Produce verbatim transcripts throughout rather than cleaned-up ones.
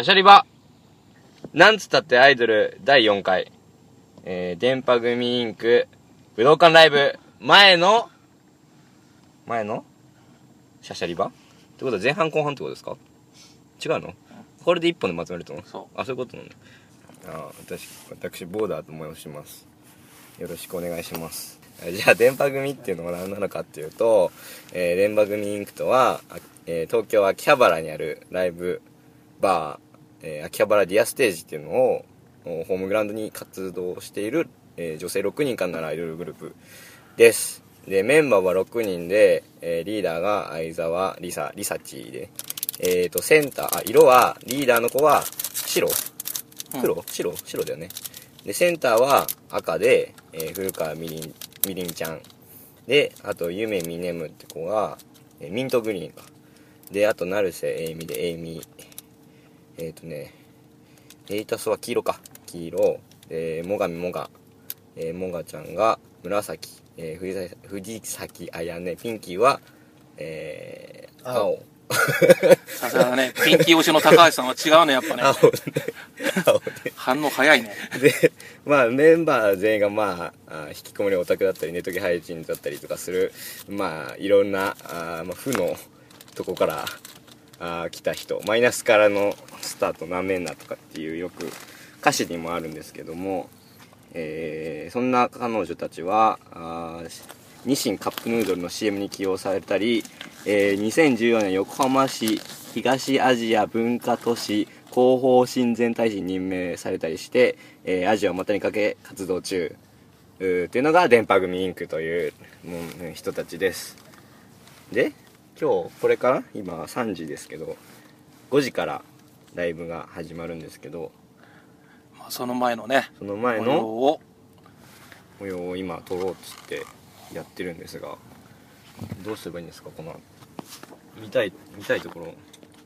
シャシャリバなんつったってアイドルだいよんかい、えー、電波組インク武道館ライブ前の前のシャシャリバってことは前半後半ってことですか？違うの？これで一本でまとめると？ そう。 あ、そういうことなんだ。あ、私私ボーダーと申します。よろしくお願いします。じゃあ電波組っていうのは何なのかっていうと、えー、電波組インクとは、えー、東京秋葉原にあるライブバー、えー、秋葉原ディアステージっていうのをホームグラウンドに活動している、えー、女性ろくにんからなるアイドルグループです。でメンバーはろくにんで、えー、リーダーが相沢りさりさちで、えーとセンター、あ、色はリーダーの子は白黒、うん、白白だよね。でセンターは赤で、えー、古川みりんみりんちゃんで、あとゆめみねむって子が、えー、ミントグリーンかで、あと成瀬えいみでえいみ、えっ、ー、とねエイタスは黄色か黄色で、もがみもが、えー、もがちゃんが紫、えー、藤, 藤崎あやね、ピンキーは、えー、青。 さすがだね。ピンキー推しの高橋さんは違うね、やっぱね。青ね。青ね。反応早いね。 で、まあメンバー全員がまあ、引きこもりオタクだったり、ネットゲ配信だったりとかする、まあいろんな、あまあ、負のとこからあ来た人、マイナスからのスタートなめんなとかっていうよく歌詞にもあるんですけども、えー、そんな彼女たちは、あ日清カップヌードルの シーエム に起用されたり、えー、にせんじゅうよねん横浜市東アジア文化都市広報親善大使に任命されたりして、えー、アジアを股にかけ活動中っていうのが電波組インクというもう、ね、人たちです。で今日これから今さんじですけどごじからライブが始まるんですけど、 まあ、その前のねその前の模様を模様を今撮ろうっつってやってるんですが、どうすればいいんですか？この見たい見たいところ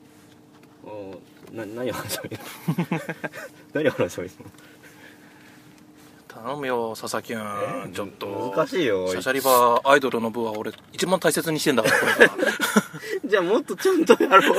な何を話せばいいの何を話せばいいの頼むよ佐々木君、ちょっと難しいよ。 シャシャリバアイドルの部は俺一番大切にしてんだからこれからじゃあもっとちゃんとやろう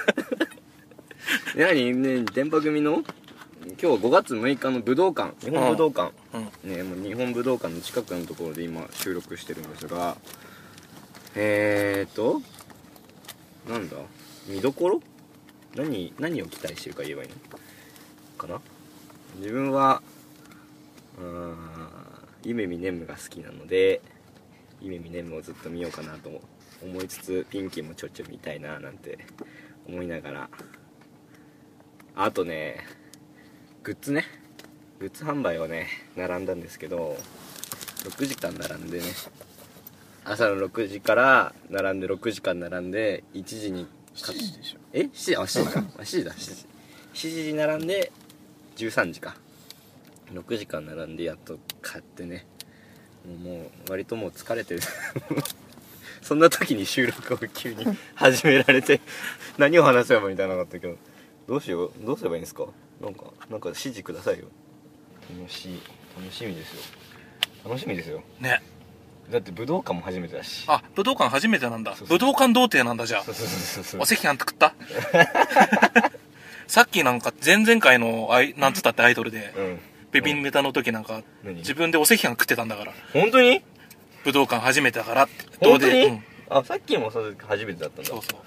何ね、電波組の今日ごがつむいかの武道館、日本武道館、うんうん、ね、もう日本武道館の近くのところで今収録してるんですが、えーとなんだ見どころ、何何を期待してるか言えばいいのかな。自分はうーんゆめみねむが好きなので、ゆめみねむをずっと見ようかなと思いつつ、ピンキーもちょっちょ見たいななんて思いながら、あとねグッズねグッズ販売をね並んだんですけど、ろくじかん並んでね、朝のろくじから並んでろくじかん並んでいちじにしちじでしょ。 えしちじあしちじかしちじだしちじしちじに並んでじゅうさんじかろくじかん並んでやっと買ってね、もうもう割ともう疲れてるそんな時に収録を急に始められて何を話せばいいみたいなのがあったけど、どうしようどうすればいいんですか？なんかなんか指示くださいよ。楽しい楽しみですよ楽しみですよね。 だって武道館も初めてだし。 あ、武道館初めてなんだ。 そうそう武道館童貞なんだ。じゃあそうそうそうそう、 お赤飯食ったさっきなんか前々回のアイなんつったってアイドルで、うん、ベビンネタの時なんか、うん、自分でお赤飯食ってたんだから。 本当に武道館初めてだからって。 本当に、 うん、 あ、さっきもそれ初めてだったんだ。 そうそう。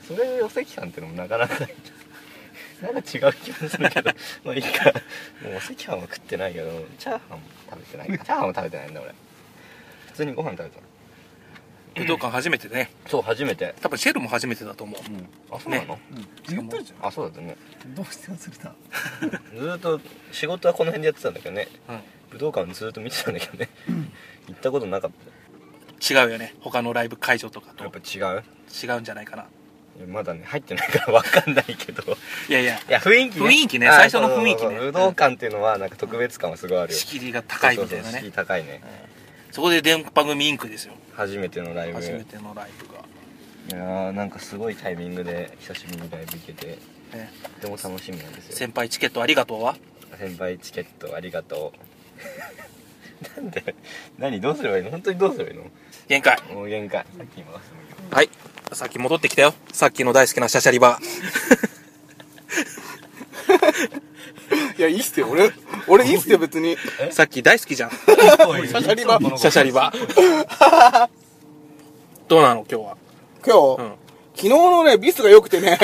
それでお赤飯ってのもなかなかなんか違う気がするけどまあいいか。もうお赤飯は食ってないけどチャーハンも食べてないか。チャーハンも食べてないんだ俺。普通にご飯食べた。 武道館初めてね。 そう初めて。 多分シェルも初めてだと思う、 うん、あそうなの、ね、 うん、言ったじゃん。 あそうだったね。 どうして忘れたずっと仕事はこの辺でやってたんだけどね、 うん、 武道館ずっと見てたんだけどね、うん、行ったことなかった。 違うよね他のライブ会場とかと。 やっぱ違う違うんじゃないかな。 まだね入ってないから分かんないけどいやいやいや雰囲気ね雰囲気ね最初の雰囲気ね。 武道館っていうのはなんか特別感はすごいあるよ。 敷居が高いみたいなね。 そうそうそう敷居高いね、 うん、そこで電波組インクですよ。 初めてのライブ。 初めてのライブがいやーなんかすごいタイミングで久しぶりにライブ行けて、ね、とても楽しみなんですよ。 先輩チケットありがとうは先輩チケットありがとうなんで何どうすればいいの本当にどうすればいいの。 限界もう限界。さっきもはいさっき戻ってきたよ。さっきの大好きなシャシャリバや、いいっすよ。俺、俺いいっすよ、別に。 さっき大好きじゃん。シシャシャリバ。 ャシャリバ。どうなの今日は。 今日、 うん、 昨日のね、ビスが良くてね。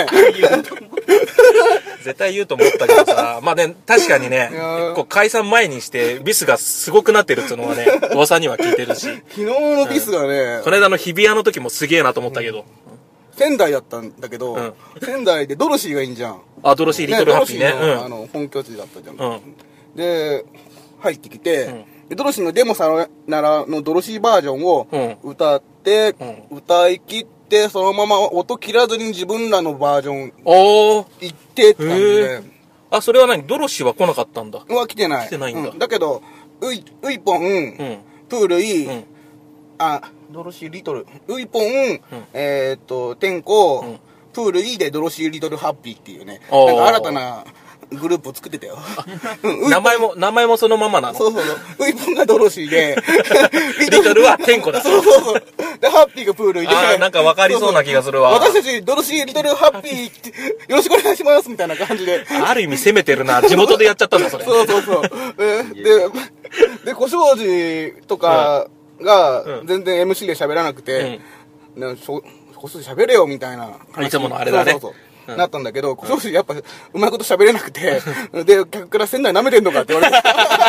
絶対言うと思ったけどさ、まあね、確かにね、こう解散前にしてビスがすごくなってるっていうのはね、噂には聞いてるし。 昨日のビスがね、 うん、この間の日比谷の時もすげえなと思ったけど。うん、 仙台だったんだけど、うん、仙台でドロシーがいいんじゃん。 あ、ドロシーリトルハッピーね。 ね、ドロシーの、うん、あの、本拠地だったじゃん。うん、で、入ってきて、うん、ドロシーのデモさならのドロシーバージョンを歌って、うん、歌い切って、で、そのまま音切らずに自分らのバージョン行ってって感じで。 あ、それは何？ドロシーは来なかったんだ。 は来てない。 来てないんだ。 うん、だけど、ウイ、ウイポン、うん、プールイ、うん、あ、ドロシーリトル、ウイポン、うん、えー、っと、テンコ、うん、プールイでドロシーリトルハッピーっていうね、なんか新たなグループを作ってたよ。 名前も、名前もそのままなの？ そうそうそう。ウイポンがドロシーで、 リトルはテンコだ。 そうそうそう。で、ハッピーがプールイで。 ああ、なんか分かりそうな気がするわ。 私たち、ドロシーリトルハッピーって、よろしくお願いしますみたいな感じで。 ある意味攻めてるな。地元でやっちゃったんだ、それ。 そうそうそう。で、で、で小庄司とかが、全然 エムシー で喋らなくて、うん、小庄司喋れよみたいな。 いつものあれだね。そうそうそう。 うん、なったんだけど、小庄司やっぱ、うまいこと喋れなくて、で、客から仙台舐めてんのかって言われて。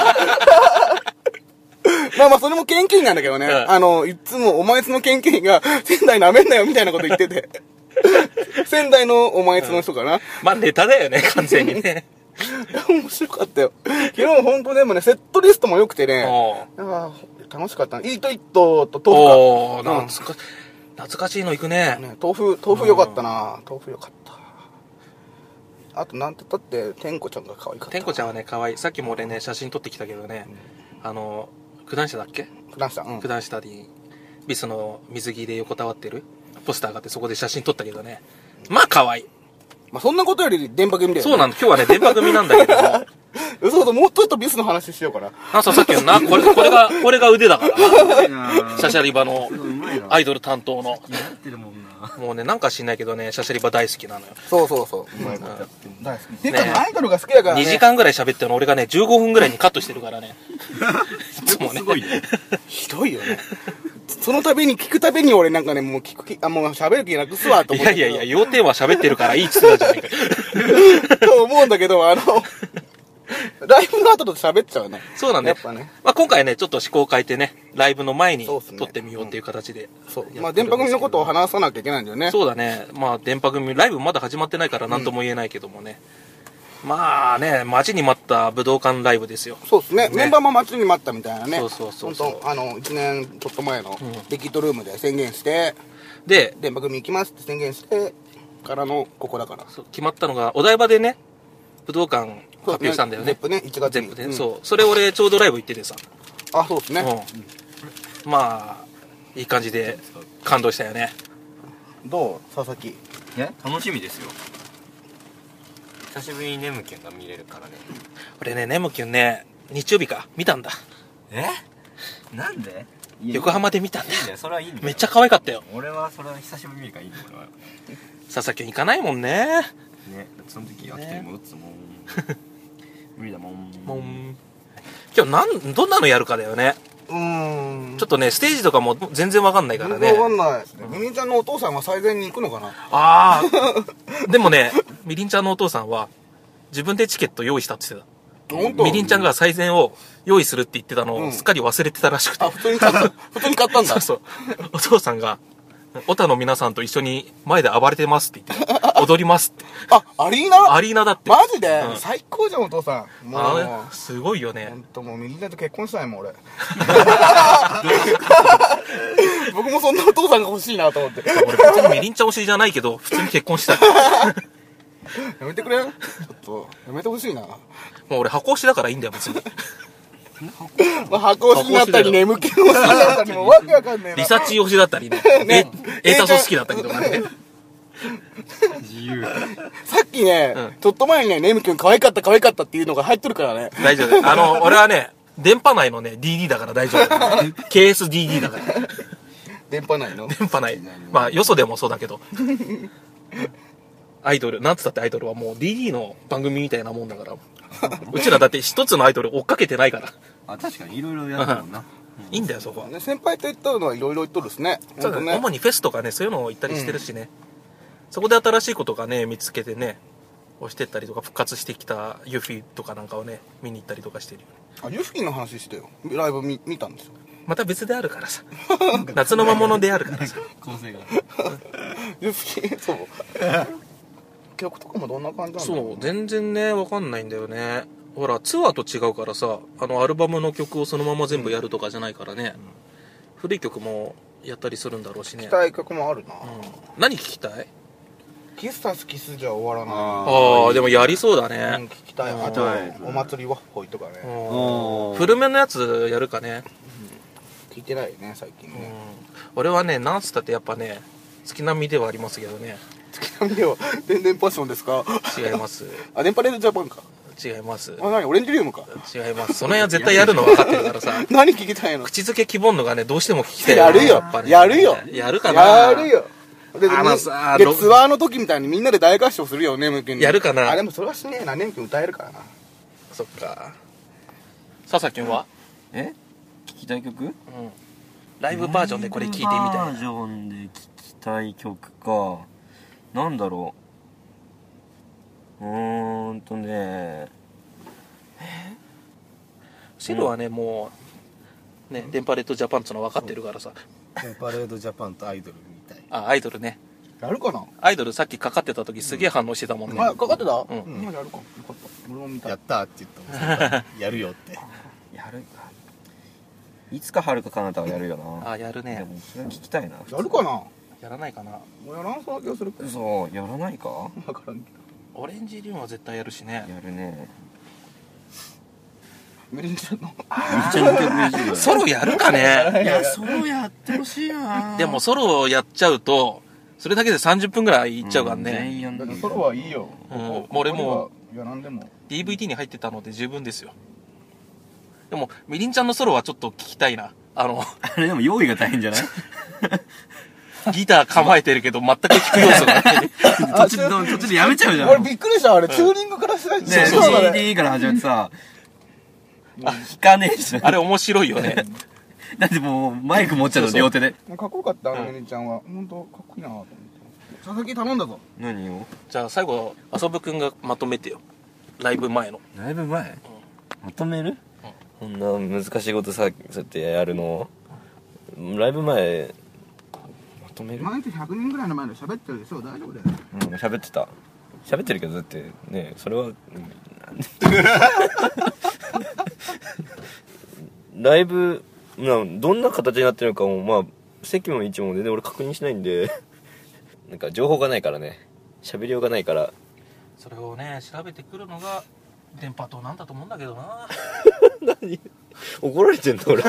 まあまあ、それも研究員なんだけどね。うん、あの、いつもお前つの研究員が、仙台舐めんなよみたいなこと言ってて。仙台のお前つの人かな。うん、 まあ、ネタだよね、完全にね。 面白かったよ。昨日本当でもね、セットリストも良くてね。あ楽しかった。イートイットと豆腐か。 おー、懐か、うん、懐かしいの行くね。 ね、豆腐、豆腐良かったな。豆腐良かった。あと、なんて言ったって、天子ちゃんが可愛かった。 天子ちゃんはね、可愛い。さっきも俺ね、写真撮ってきたけどね、うん、あの、九段下だっけ？ 九段下、うん。 九段下に、ビスの水着で横たわってるポスターがあって、そこで写真撮ったけどね。まあ、可愛い。 まあ、そんなことより電波組だよね。 そうなの。今日はね、電波組なんだけども。 嘘だ、もうちょっとビスの話しようかな。 あ、そう、さっきのな、これ、これが、これが腕だから。シャシャリバの、アイドル担当の。もうね、なんか知んないけどね、シャシャリバ大好きなのよ。 そうそうそう。うまいことやってる。大好き。てか、アイドルが好きだからね。 にじかんぐらい喋ってるの俺がね、じゅうごふんぐらいにカットしてるからね。いつもね。すごいね。 ひどいよね。その度に聞くたびに俺なんかね、もう聞く気、あ、もう喋る気なくすわと思って。 いやいやいや、要点は喋ってるからいいっつったじゃないか。 と思うんだけど、あの、ライブの後と喋っちゃうね。 そうなんだ、ね、やっぱね。まあ今回ね、ちょっと思考を変えてね、ライブの前に撮ってみようっていう形で。 そう。まあ電波組のことを話さなきゃいけないんだよね。 そうだね。まあ電波組、ライブまだ始まってないから何とも言えないけどもね。うん、まあね、待ちに待った武道館ライブですよ。 そうですね。ね、メンバーも待ちに待ったみたいなね。 そうそうそうそう。 本当あの、いちねんちょっと前のリキッドルームで宣言して、 うん、で、 電波組行きますって宣言して、からのここだから。 そう決まったのが、お台場でね、武道館発表したんだよね。 ゼップね、いちがつに。 ゼップで、うん、そう。それ俺ちょうどライブ行っててさ。 あ、そうですね。 うん、まあ、いい感じで感動したよね。 どう佐々木。 え楽しみですよ。久しぶりにネムキュンが見れるからね。 俺ね、ネムキュンね、日曜日か、見たんだ。 えなんで横浜で見たんだ。いいんだよ、それはいいんだよ。 めっちゃ可愛かったよ。 俺はそれは久しぶりに見るからいいんだよ、俺は。 佐々木行かないもんね。 ね、その時秋田にも打つもん。無理だもん。 もん。今日なん、どんなのやるかだよね。 うーん。 ちょっとね、ステージとかも全然わかんないからね。 全然わかんないですね。みりんちゃんのお父さんは最前に行くのかな。 ああ。でもね、みりんちゃんのお父さんは、自分でチケット用意したって言ってた。 本当？ みりんちゃんが最前を用意するって言ってたのを、うん、すっかり忘れてたらしくて。 あ、普通に買った。普通に買ったんだ。 そうそう。お父さんが、オタの皆さんと一緒に前で暴れてますって言って、踊りますって。 あ、アリーナ？ アリーナだって。 マジで、うん、最高じゃん、お父さん。 もう。あれ、すごいよね。 ほんともう、みりんちゃんと結婚したいもん、俺。僕もそんなお父さんが欲しいなと思って。 俺別にみりんちゃん推しじゃないけど、普通に結婚したい。 やめてくれちょっと、やめてほしいな。もう俺箱推しだからいいんだよ、別に。 まあ、箱推しになったり、眠気推しになったり、もうわけわかんねえな。 リサーチ推しだったりね。ね。エータソ好きだったけどね。 自由。 さっきね、うん、ちょっと前にね、ネムキュン可愛かった可愛かったっていうのが入ってるからね。 大丈夫。あの、俺はね、電波内のね、ディーディー だから大丈夫。ケーエスディーディー だから。 電波内の電波内。まあ、よそでもそうだけど。 アイドル、なんつったってアイドルはもう ディーディー の番組みたいなもんだから。うちらだって一つのアイドル追っかけてないから。 あ、確かにいろいろやるもんな。 いいんだよ、そこは。 ね、先輩と言ったのはいろいろ言っとるですね。 そうだね。主にフェスとかね、そういうのを行ったりしてるしね。うん、そこで新しいことがね、見つけてね、押してったりとか、復活してきたユフィとかなんかをね、見に行ったりとかしてるよね。 あ、ユフィの話してよ。ライブ 見, 見たんですよ。 また別であるからさ。夏の魔物であるからさ。 構成が。 ユフィ、そう。曲とかもどんな感じなんだろう、 そう、全然ね、わかんないんだよね。ほら、ツアーと違うからさ、あの、アルバムの曲をそのまま全部やるとかじゃないからね。うん、古い曲もやったりするんだろうしね。 聞きたい曲もあるな。うん、 何聞きたい？ キスタスキスじゃ終わらない。 ああ、でもやりそうだね。 うん、聞きたい。あと、お祭りワッホイとかね。 古めのやつやるかね。 聞いてないね、最近ね。 俺はね、なんつったってやっぱね、月並みではありますけどね。 月並みでは、電電パッションですか？ 違います。 あ、電波レードジャパンか。 違います。 あ、何オレンジリウムか。 違います。その辺は絶対やるの分かってるからさ。 何聞きたいの？ 口づけ希望のがね、どうしても聞きたい、 ね。やるよ、ね。やるよ。 やるかな。 やるよ。で、 あのさ、 で、ツアーの時みたいにみんなで大合唱するよ、ねむくんに。 やるかな。 あ、でもそれはしねえな、ねむくん歌えるからな。 そっか。笹君は？ え？聞きたい曲？うん。 ライブバージョンでこれ聞いてみたいな。 バージョンで聞きたい曲か。なんだろう。うーんとね。 シロはね、もう、ね、電波レッドジャパンっつうの分かってるからさ。 電波レッドジャパンとアイドルみたい。 あ、アイドルね。 やるかな？ アイドルさっきかかってた時すげえ反応してたもんね。 あ、かかってた？うん。 うん、 やるか。よかった。俺も見た。 やったーって言ったもん。やるよって。 やるか。いつか遥か彼方はやるよな。 あ、やるね。 でもそれは聞きたいな。 やるかな？ やらないかな。 もうやらんそうな気がするけど。 そう、やらないか？ わからんけど。 オレンジリウムは絶対やるしね。 やるね。 メリンちゃんの。 めっちゃ曲嬉しいよ。 ソロやるかね？ いや、ソロやってほしいな。 でもソロやっちゃうと、それだけでさんじゅっぷんぐらいいっちゃうからね。 全員やんだからソロはいいよ。 うん。もう俺も、 やらんでも。 ディーブイディー に入ってたので十分ですよ。でも、みりんちゃんのソロはちょっと聞きたいな。あの、 あれでも用意が大変じゃない？ ギター構えてるけど全く聞く要素がない。 途中で、途中でやめちゃうじゃん。 俺びっくりした、あれ、チューニングからしないと。 ねえ、シーディー から始まってさ、弾かねえし。 あれ面白いよね。 だってもう、マイク持っちゃうの両手で。 かっこよかった、あのメリンちゃんは。ほんと、かっこいいなと思って。佐々木頼んだぞ。 何を？ じゃあ最後、遊ぶくんがまとめてよ。ライブ前の。 ライブ前？まとめる？こんな難しいことさ、そうやってやるの？ライブ前、まとめる？ 毎日ひゃくにんぐらいの前で喋ってるでしょ、大丈夫だよ。 うん、喋ってた。喋ってるけど、だってね、それは、ライブ、などんな形になってるのかも、まあ、席も位置も全然俺確認しないんで、なんか情報がないからね、喋りようがないから。 それをね、調べてくるのが、電波塔なんだと思うんだけどな。 何？怒られてんの俺。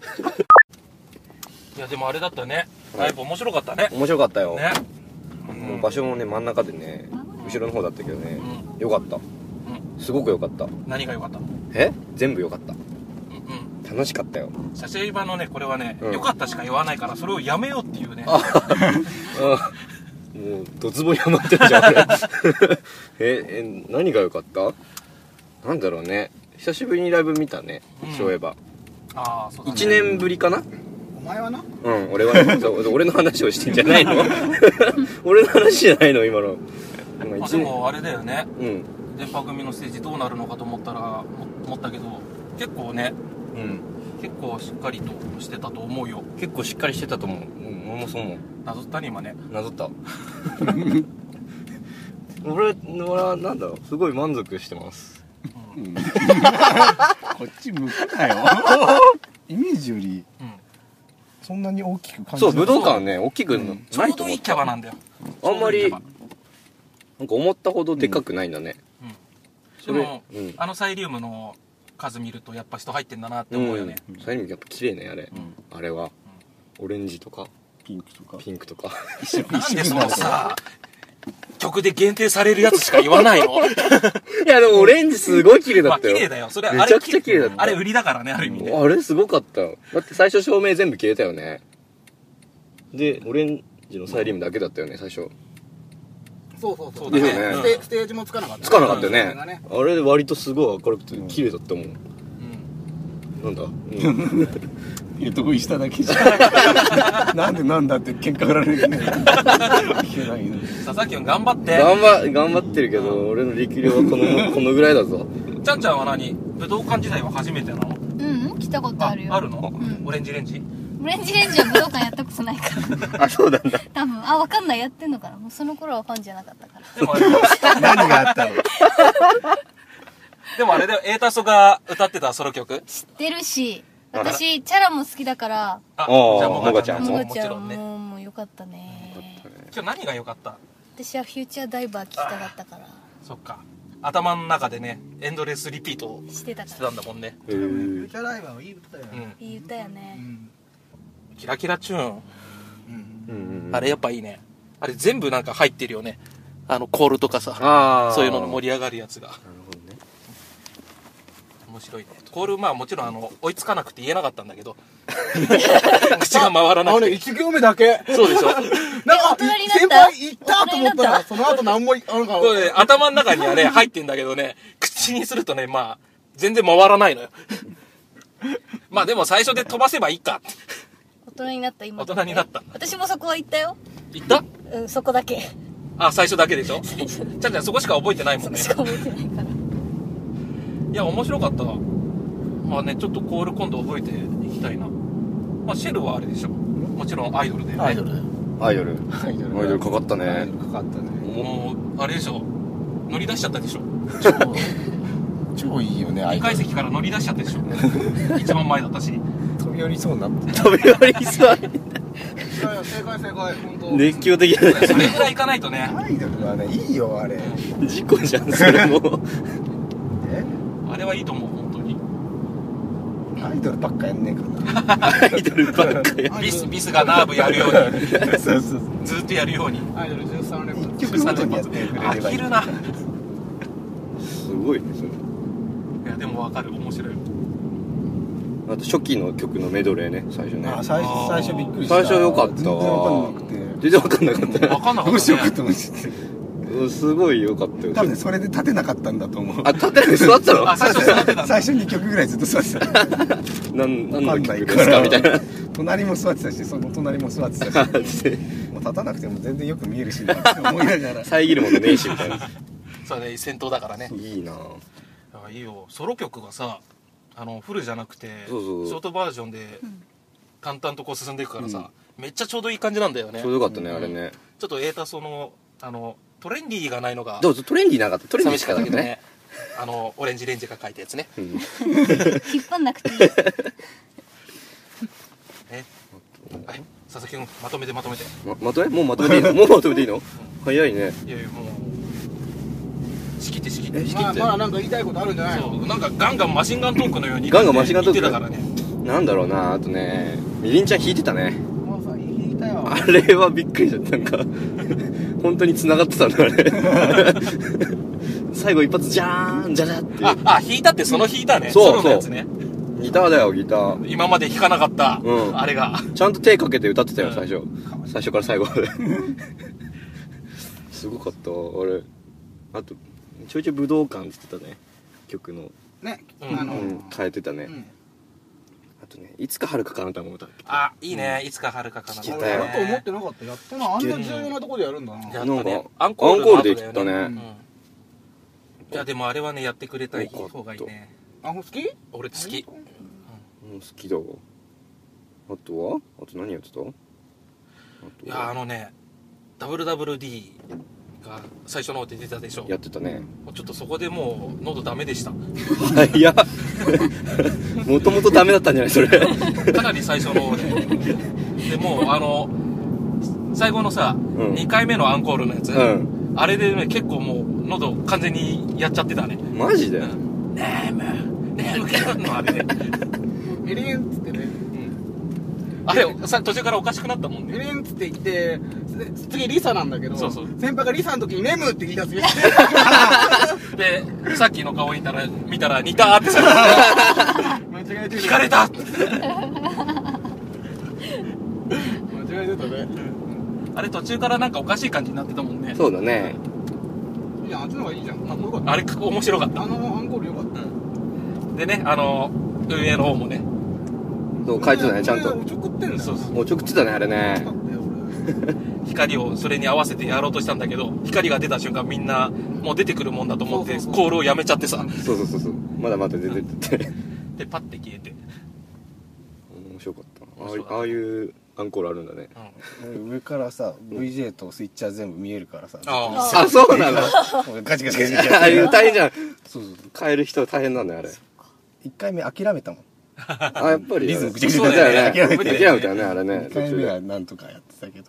いやでもあれだったね、ライブ面白かったね。 面白かったよ、 ね、 もう場所もね真ん中でね、後ろの方だったけどね、 うん、 よかった、うん、すごくよかった。 何がよかった？ え全部よかった、 うんうん、 楽しかったよ。 シャシェリバのねこれはね、 うん、 よかったしか言わないからそれをやめようっていうね。 あもうドツボにはまってるじゃん。ええ何がよかった？なんだろうね、久しぶりにライブ見たね、うん、そういえば。 あそうだね、 いちねんぶりかな。 お前はな、 うん俺は俺の話をしてんじゃないの。俺の話じゃないの今の。 まあ、でもあれだよね、 うん、 電波組のステージどうなるのかと思ったら思ったけど結構ね、 うん、 結構しっかりとしてたと思うよ。 結構しっかりしてたと思う。うん俺もそう思う。 なぞったね今ね。 なぞった。俺俺はなんだろう、すごい満足してます、 うん、こっち向くなよ。イメージより、うん、そんなに大きく感じそう武道館ね大きくないと思った、 ちょうどいいキャバなんだよ。 あんまりなんか思ったほどでかくないんだね、 うんうん、でも、うん、あのサイリウムの数見るとやっぱ人入ってんだなって思うよね、 うん、サイリウムやっぱ綺麗ねあれ、うん、あれは、うん、オレンジとかピンクとかピンクとかなんでそのさ曲で限定されるやつしか言わないの。いやでもオレンジすごい綺麗だったよ。 まあ綺麗だよそれ。あれめちゃくちゃ綺麗だった。 あれ売りだからねある意味ね。 あれすごかったよ。だって最初照明全部消えたよね。でオレンジのサイリウムだけだったよね最初。 そうそうそう。 そうだねですよねステステージもつかなかった。 つかなかったよねそれがね。 あれ割とすごい明るくて綺麗だったもん、なんだ、うんいや得意しただけじゃんなんでなんだって喧嘩売られるね聞けないの佐々木君頑張って頑張頑張ってるけど俺の力量はこのこのぐらいだぞ。 ちゃんちゃんは何武道館時代は初めてなの？ うん来たことあるよ。 あるの、 んオレンジレンジオレンジレンジは武道館やったことないからあそうなんだ。 多分あわかんないやってんのかな。もうその頃はファンじゃなかったからでもあれ何があったのでもあれでエータソが歌ってたソロ曲知ってるし私チャラも好きだからあおーじゃあももがちゃんももがちゃんもちろんねももうよかったね。 今日何が良かった？ 私はフューチャーダイバー聞きたかったからそっか頭の中でねエンドレスリピートをしてたしてからたんだもんねへーキャライバーはいい歌だよう。んいい歌やね。 キラキラチューンうん。 うんうんあれやっぱいいねあれ全部なんか入ってるよねあのコールとかさああそういうので盛り上がるやつがなるほどね。 面白いねコールまあもちろんあの追いつかなくて言えなかったんだけど口が回らあのね、 なくて一行目だけ。 そうでしょなんか、 大人になった先輩行ったと思ったら、 大人になっその後何も、なんか、 これね頭の中にはね入ってんだけどね口にするとねまあ全然回らないのよまあでも最初で飛ばせばいいかって大人になった今大人になった私もそこは行ったよ。 言ったうんそこだけあ最初だけでしょちゃんちゃんそこしか覚えてないもんねしか覚えてないから。 いや面白かったまあねちょっとコール今度覚えていきたいなまあシェルはあれでしょもちろんアイドルで、ね、 アイドルアイドルアイドルアイドルかかったアイねドルかかったねもうあれでしょ乗り出しちゃったでしょ超いいよねアにイドルかい席から乗り出しちゃったでしょ一番前だったし飛び降りそうになって飛び降りそういやいや正解正解、本当。 熱狂的なそれぐらいいかないとねアイドルはねいいよあれ事故じゃんそれもえあれはいいと思う本当にアイドルばっかやんねえかなアイドルばっかやビスビスがナーブやるようにそうそうそうずっとやるようにアイドルじゅうさん連発。 一曲ごとにやってくれればいい飽きるなすごいねそれいやでも分かる面白いあと初期の曲のメドレーね最初ねあ最初最初びっくりした最初良かった全然わかんなくて全然わかんなかった分かんなかどうしようったねかと思ってうんすごい良かったよ多分それで立てなかったんだと思うあ立ってない座ってたのあ最初座ってた最初に曲ぐらいずっと座ってたなん何のわかんないか曲ですからみたいな隣も座ってたしその隣も座ってたしもう立たなくても全然よく見えるしなって思いながら遮るものねえしみたいなそうね先頭だからねいいなあいいよソロ曲がさあのフルじゃなくてそうそうショートバージョンで淡々とこう進んでいくからさ、めっちゃちょうどいい感じなんだよねちょうどよかったねあれねちょっとエータソのあのトレンディーがないのがどうぞトレンディーなかったトレンディー寂しかったけどねねあのオレンジレンジが書いたやつねうん引っ張んなくていい。 ねはい佐々木君まとめてまとめてままとめもうまとめていいのもうまとめていいの早いねいやいやもう仕切って仕切ってえ仕切ってまあ、まだなんか言いたいことあるんじゃないの？ そうなんかガンガンマシンガントークのようにガンガンマシンガントーク言ってたからねなんだろうなあとねみりんちゃん弾いてたねもうさ、言いたいよ。 あれはびっくりしちゃったなんか本当に繋がってたんだあれ最後一発ジャーンジャジャってああ弾いたってその弾いたねそうソロのやつねギターだよギター今まで弾かなかった、 うんあれがちゃんと手かけて歌ってたようん最初最初から最後まですごかったあれあとちょいちょい武道館って言ってたね曲の、 ね、 うんあの、 うん、変えてたね、 うんあとねいつか遥か彼方も歌ってたあいいね、いつか遥かかな俺や聞けたよると思ってなかった。やってな、あんな重要なとこでやるんだな。 やったなんねかアンコールの後だよねアンコールで言ったねうんいやでもあれはねやってくれたい方がいいねあ、好き？ 俺好きうん好きだわあとはあと何やってたあといやあのね ダブリューダブリューディー が最初の方で出たでしょやってたねもうちょっとそこでもう喉ダメでしたいやもともとダメだったんじゃないそれかなり最初の方ででもうあの最後のさ、 うんにかいめのアンコールのやつ、 うんあれでね結構もう喉完全にやっちゃってたねマジで眠眠くなるのあれでエリンっつってね。 あれさ途中からおかしくなったもんエねリンっつって言って、で次リサなんだけど、 そうそう先輩がリサの時にネムって言い出すよ。 でさっきの顔見たら見たら似たってさ間違えて引かれた間違えてたね。 あれ途中からなんかおかしい感じになってたもんねそうだねじゃん、あっちの方がいいじゃん。かっこよかった。 あれ面白かったあのアンコールよかった。 でね、あの運営の方もね、 そう書いてたね、ちゃんと。 おちょくってんだよ。 そうそうおちょくってたね、あれね。 光をそれに合わせてやろうとしたんだけど、光が出た瞬間みんなもう出てくるもんだと思ってそうそうそうコールをやめちゃってさ、 そうそうそうそう。まだまだ出てってて。 でパッて消えて、 面白かった。ああいう面白かったああいうアンコールあるんだね。 上からさ ブイジェー とスイッチャー全部見えるからさ、 ああ、そうなの。 ガチガチガチガチああいう大変じゃん。 そうそうそう変える人大変なんだよ、あれ。 一回目諦めたもん。 あ、やっぱり。 リズムぐちゃそうぐちゃだよね。 諦め諦てめたよね、あれね。 一回目はなんとかやってたけど。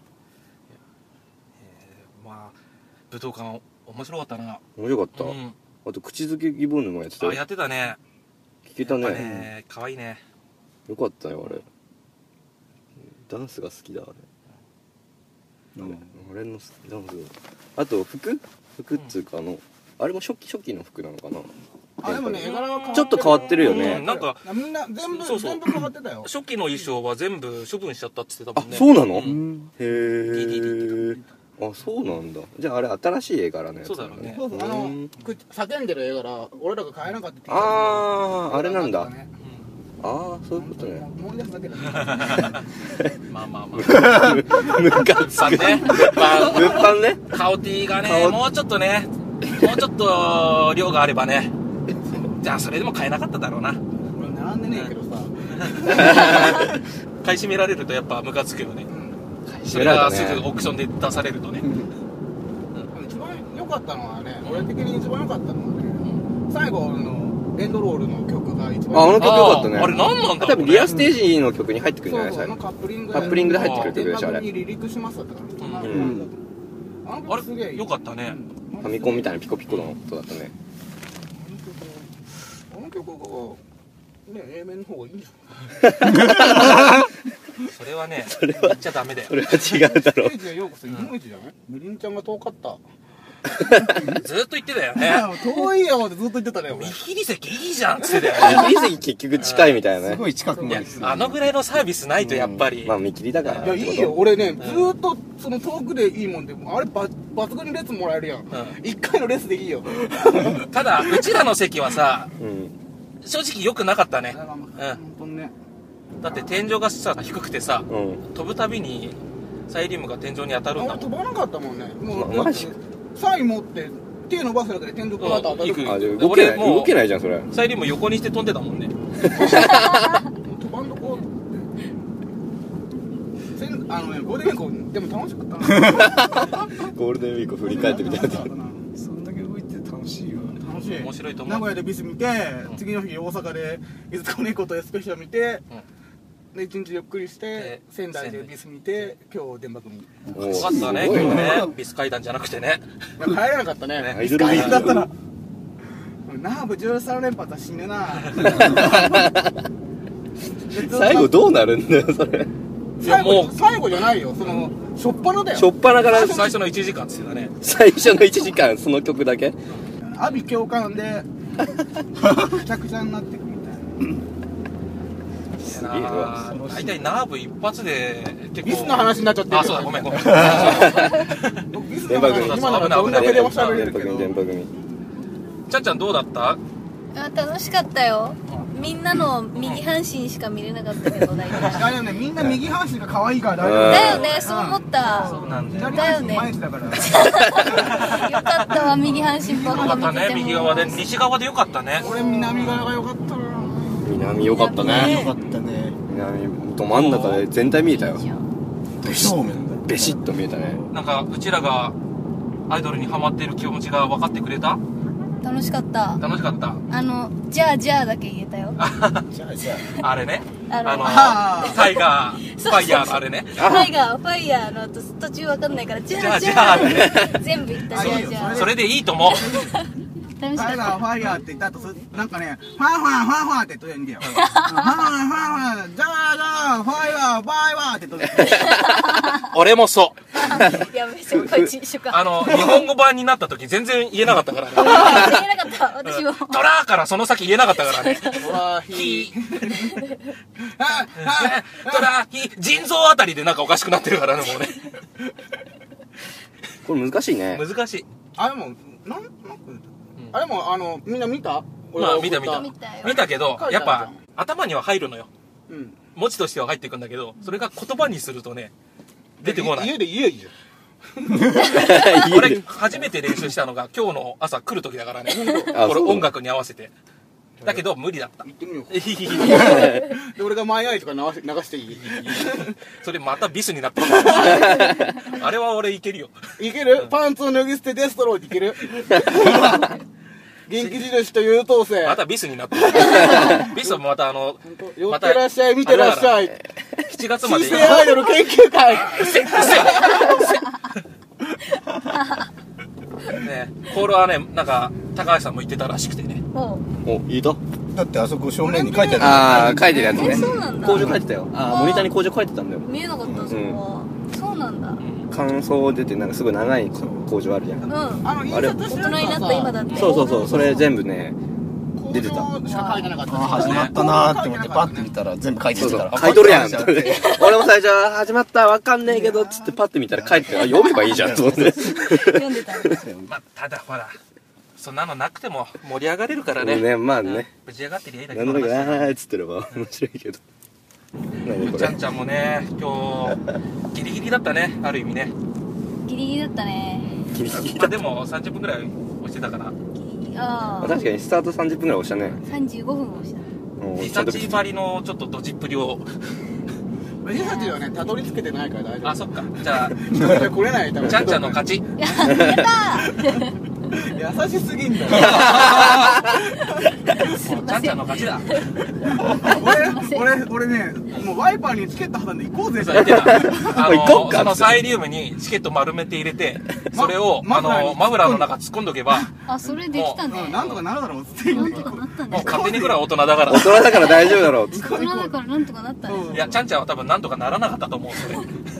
まあ武道館面白かったな。 面白かった。 うんあと、口づけギボンヌもやってたよ。 あやってたね。 聞けたやっぱね。 ね可愛いね。 よかったよ、あれ。ダンスが好きだ、あれ。あれのダンス。あと、服服っつうか、あの、あれも初期初期の服なのかな。 あ、でもね、絵柄は変わってる。 ちょっと変わってるようねん。なんかみんな全部そうそう全部変わってたよ。 初期の衣装は全部処分しちゃったって言ってたあもん、ね。 そうなの、 んへえ。あ、そうなんだ。じゃああれ新しい絵柄のやつなんだそうだろうねそうそう、あのく叫んでる絵柄俺らが買えなかった T シャツあー、あれなんだ。 ねあー、そういうことね。 思い出すだけだね。 まあまあまあ。 ムカつさね、まあ物販ね。 カオティがね顔もうちょっとね、もうちょっと量があればね、じゃあそれでも買えなかっただろうな。 俺並んでねえけどさ、 買い占められるとやっぱムカつくよね。そそれがれがすぐオークションで出されるとね。 一番良かったのはね、俺的に一番良かったのはね、最後のエンドロールの曲が一番あ、あの曲よかったね。 あーあれ何なんだろうね多分リアステージの曲に入ってくるんじゃないそうそう、あの最後。 カップリングカップリングで入ってくる曲でしょ、あれ。 電波に離陸しますだったから、 うんうんあのあ曲すげえいいれよかったね。 ファミコンみたいなピコピコの音だったね。 あの曲がね、A 面の方がいいんじゃないそれはね言っちゃダメだよ。 それは違うだろうステー。ジはようこそ日本一じゃない、みりんちゃんが遠かった。 ずーっと言ってたよね。 遠いよってずっと言ってたね、俺見。切り席いいじゃんっつってたよね。 見切り席結局近いみたいなね。 すごい近くいやまでする。 あのぐらいのサービスないとやっぱり、 まあ見切りだから。 いや、いいよ。俺ね、ずーっとその遠くでいいもんで、あれば抜群に列もらえるやん。一回の列でいいよ。 ただうちらの席はさうん。 正直良くなかったね。 本当にね。 だって天井がさ低くてさ、 うん。 飛ぶたびにサイリウムが天井に当たるんだもん。 俺飛ばなかったもんね。もう、 まマジサイン持って手伸ばすだけで天井から当たるうん行くあ、で動けない。 俺もう動けないじゃん、それ。 サイリウム横にして飛んでたもんね。 飛ばんとこうせんあのね、ゴールデンウィークでも楽しかったな。 ゴールデンウィーク振り返ってみたいな。 そんだけ動いて楽しいよ。 楽しい。 面白いと思う名古屋でビス見て、次の日大阪でいずつこ猫とエスペシャル見て、で一日ゆっくりしてで仙台でビス見て、今日電波組。いおよかったね今日ね。ビス階段じゃなくてね。 や帰れなかったね。 アイドルウィークだったら。ナーブじゅうさん連発は死ぬな。 最後どうなるんだよ、それ。 最後いやもう最後じゃないよ。その初っ端だよ。 しょっぱなから最初のいちじかんっつってたね。 最初のいちじかん、その曲だけ阿鼻共感でくちゃくちゃになってくみたいな。 すげえわ。 大体ナーブ一発で結構ビスの話になっちゃってるよ。 あ、そうだ、ごめんごめん。 ビスの話今ならどんだけでも喋れるけど。 電波組。 ちゃんちゃんどうだった？ あ、楽しかったよ。みんなの右半身しか見れなかったけど、大いや体。 でもね、みんな右半身が可愛いから大うん丈だよね、そう思った。 そうなんだよ。 夫。左半身毎日だから。 よかったわ、右半身ばっよかったね、 か見てても。 右側で、西側でよかったね。 俺南側が良かったな。 南良かったね。 よかったね。 南、ど真ん中で全体見えたよ。 真正面だ。 ベシッと見えたね。 なんか、うちらがアイドルにハマってる気持ちが分かってくれた？ 楽しかった。 楽しかった。 あの、じゃあじゃあだけ言えたよ。 じゃあじゃあれね。 あのあのあータイガー、ファイヤーのあれね。 タイガー、ファイヤーの後途中わかんないから、じゃあじじゃあゃあじゃ全部言った、じゃあじゃあ。 それでいいと思う。 楽しかった。 タイガーファイヤーって言った後そなんかねファンファンファンファンって言ってんだよ。ファンファンファンファンじゃあじゃあファイヤーファイヤーって言ってんだよ。 俺もそう。 やべえ、先輩一緒か。 あの、日本語版になった時全然言えなかったからね。 言えなかった、私も。 トラーからその先言えなかったからね。 わひヒトラヒ腎臓あたりでなんかおかしくなってるからね、もうね。 これ難しいね。 難しい。 あでもなんなんかあれもあのみんな見た？ まあ見た見た見たよ見たけど書いてあるじゃんやっぱ頭には入るのよ。 うん文字としては入っていくんだけど、それが言葉にするとね出てこない。 家で言えじゃん。 俺初めて練習したのが今日の朝来る時だからね。これ音楽に合わせて。だけど無理だった。 言ってみようか。 えひひひで俺がマイアイとか流し流していい？ それまたビスになってる。あれは俺いけるよ。 いける？パンツを脱ぎ捨てデストロイいける？元気印と優等生。 またビスになってる。ビスはまたあの寄ってらっしゃい、見てらっしゃい。 しちがつまで新生アイドル研究会。 ね、コールはね、なんか高橋さんも言ってたらしくてね。 おうお言えただってあそこ正面に書いてある。 ああ書いてるやつえね。 そうなんだ。 工場書いてたよ。ああモニターに工場書いてたんだよ。 見えなかったそこは。そうなんだ。 感想出てなんかすごい長い工場あるじゃん。 うん。 あの印刷して大人になった今だって。 そうそうそう、それ全部ね出てた。 工場しか書いてなかった。 あ始まったなーって思ってパッて見たら全部書いてそうそうたから。 書いとるやんって俺も最初は始まったわかんねえけどっつってパッて見たら書いてて、あ読めばいいじゃんと思って。 読んでた。 まあ、ただほら、そんなのなくても盛り上がれるからね。 ねまあねうんぶち上がってりゃいいだけなんだかの話なーっつってれば面白いけど。何これ。 ちゃんちゃんもね、今日、ギリギリだったね、ある意味ね。 ギリギリだったね。 ギリギリまあでもさんじゅっぷんぐらい押してたから。 ああ。 確かにスタートさんじゅっぷんぐらい押したね。 三十五分押した。 うんリサチバリのちょっとドジっぷりを。 リサチはね、たどり着けてないから大丈夫。 あ、そっか。じゃ一人じゃ来れない多あ、 分。 ちゃんちゃんの勝ち。 やったー。 優しすぎんだよ。 すいちゃんちゃんの勝ちだ。 俺、俺、俺ね、もうワイパーにチケット挟んで行こうぜ。 そう言ってた。あおい行この、 っかそのサイリウムにチケット丸めて入れて、それを、あママフラーにの、マフラーの中突っ込んどけば、 あ、それできたね。 うんなんとかなるだろうっつって。 なんとかなったもうね。 勝手にぐらい大人だから大。人だから大丈夫だろうっつって。 大人だからなんとかなったね。 いや、ちゃんちゃんは多分なんとかならなかったと思う、それ。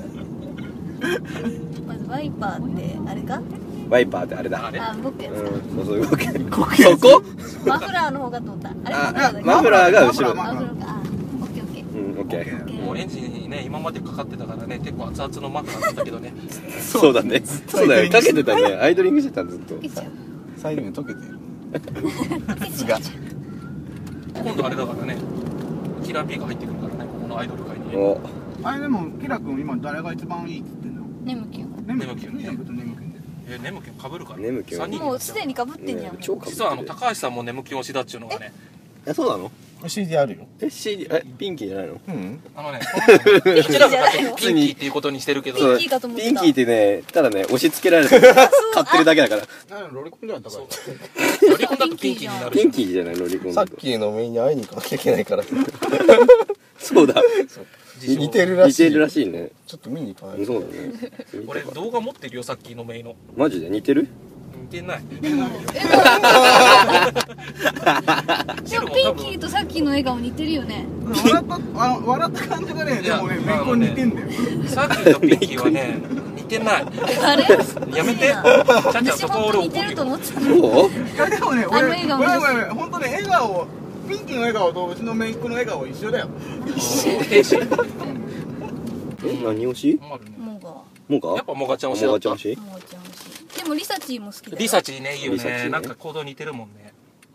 まずワイパーってあれか？ ワイパーってあれだ。 あれあ、動くやつか。 うん、そうそう動く。そこ？ マフラーの方が通った。あれあマフラーだっけ？ マフラーが後ろ。 マフラーあ、後ろか。あ、オッケーオッケー。 うん、オッケー。 もうエンジンにね、今までかかってたからね、結構熱々のマフラーだったけどね。 そうだね。そうだよ。かけてたね。アイドリングしてたずっと溶。けちゃう。 サイドに溶けてる。 溶けちゃう。 今度あれだからね、キラー P が入ってくるからね、ここのアイドル界にね。 お、 あれでも、キラ君今誰が一番いいっつってんの？ ねむきよ。 ネムネムキュンいいじゃん、別にネムキュンで。 え、眠気かぶるから。 ネムキュンさんにんにもうなっちゃうすでに被ってんじゃん。 ね超かぶってる。 実はあの、高橋さんも眠気推しだっちゅうのがね、 え、そうなの？ シーディー あるよ。 え、シーディー、え、ピンキーじゃないの？ うん。 あのね、このうちらが勝手にピンキーっていうことにしてるけど、 そうピンキーかと思ってたピンキーってね、ただね、押し付けられて買ってるだけだから。 なんかロリコンじゃん、だから。 ロリコンだとピンキーになるじゃん。 ピンキーじゃないロリコンだと。 さっきのメインに会いに行かなきゃいけないから。 そうだ。 自称似てるらしい。 似てるらしいね。 ちょっと見に行かないと。 そうだね。 俺動画持ってるよ、さっきのメイの。 マジで似てる？ 似てない。 でもピンキーとさっきの笑顔似てるよね。 笑った、あの、笑った感じがね、でもね、 いやめっこに似てんだよ。 さっきとピンキーはね、似てない。 あれ？ やめて。ちゃんちゃん私そこは俺怒るよ本当似てると。思ってたの。 そう？ いやでもね、 あの俺、 笑顔もごめんごめんごめん、ほんとね、笑顔、ピンキーの笑顔とうちのメイクの笑顔一緒だよ。 天使。 え、何推し？ あるねもうが。 もうか？ やっぱモガちゃん推しだったもがちゃん推。し？ もうちゃんし。でもリサチーも好きだよ。 リサチね、いいよね。 リサチねなんか行動似てるもんね。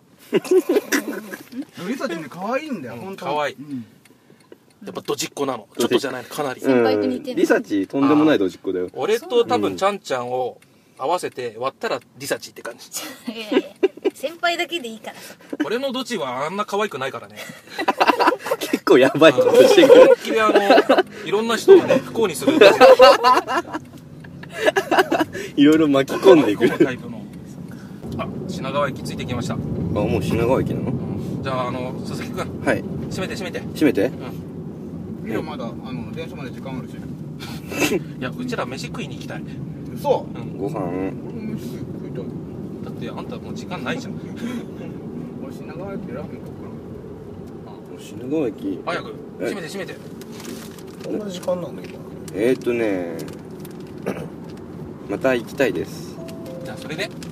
リサちゃんね、可愛いんだよ、 うんほんと。 可愛いうんやっぱドジっ子なの。ちょっとじゃないの、かなり。 先輩と似てるリサチとんでもないドジっ子だよ。 俺と多分ちゃんちゃんを合わせて割ったらリサチって感じ。 いやいや先輩だけでいいからさ。 俺のドジはあんな可愛くないからね。 結構やばいことしてくる。 本気であの、いろんな人をね、不幸にする。 いろいろ巻き込んでいくる。 タイプの。あ、品川駅着いてきました。 あ、もう品川駅なの？ じゃあ、あの、佐々木くん、 はい。 閉めて閉めて。 閉めて。 うん。 いや、まだ、あの、電車まで時間あるし。 いや、うちら飯食いに行きたい。 嘘。 うん。 ご飯。 俺も飯食いたい。 だってあんたもう時間ないじゃん。 俺品川駅でラーメン買おう品川駅。 早く、閉めて閉めて。 こんな時間なの今。 えーっとね、また行きたいです。 じゃあ、それで。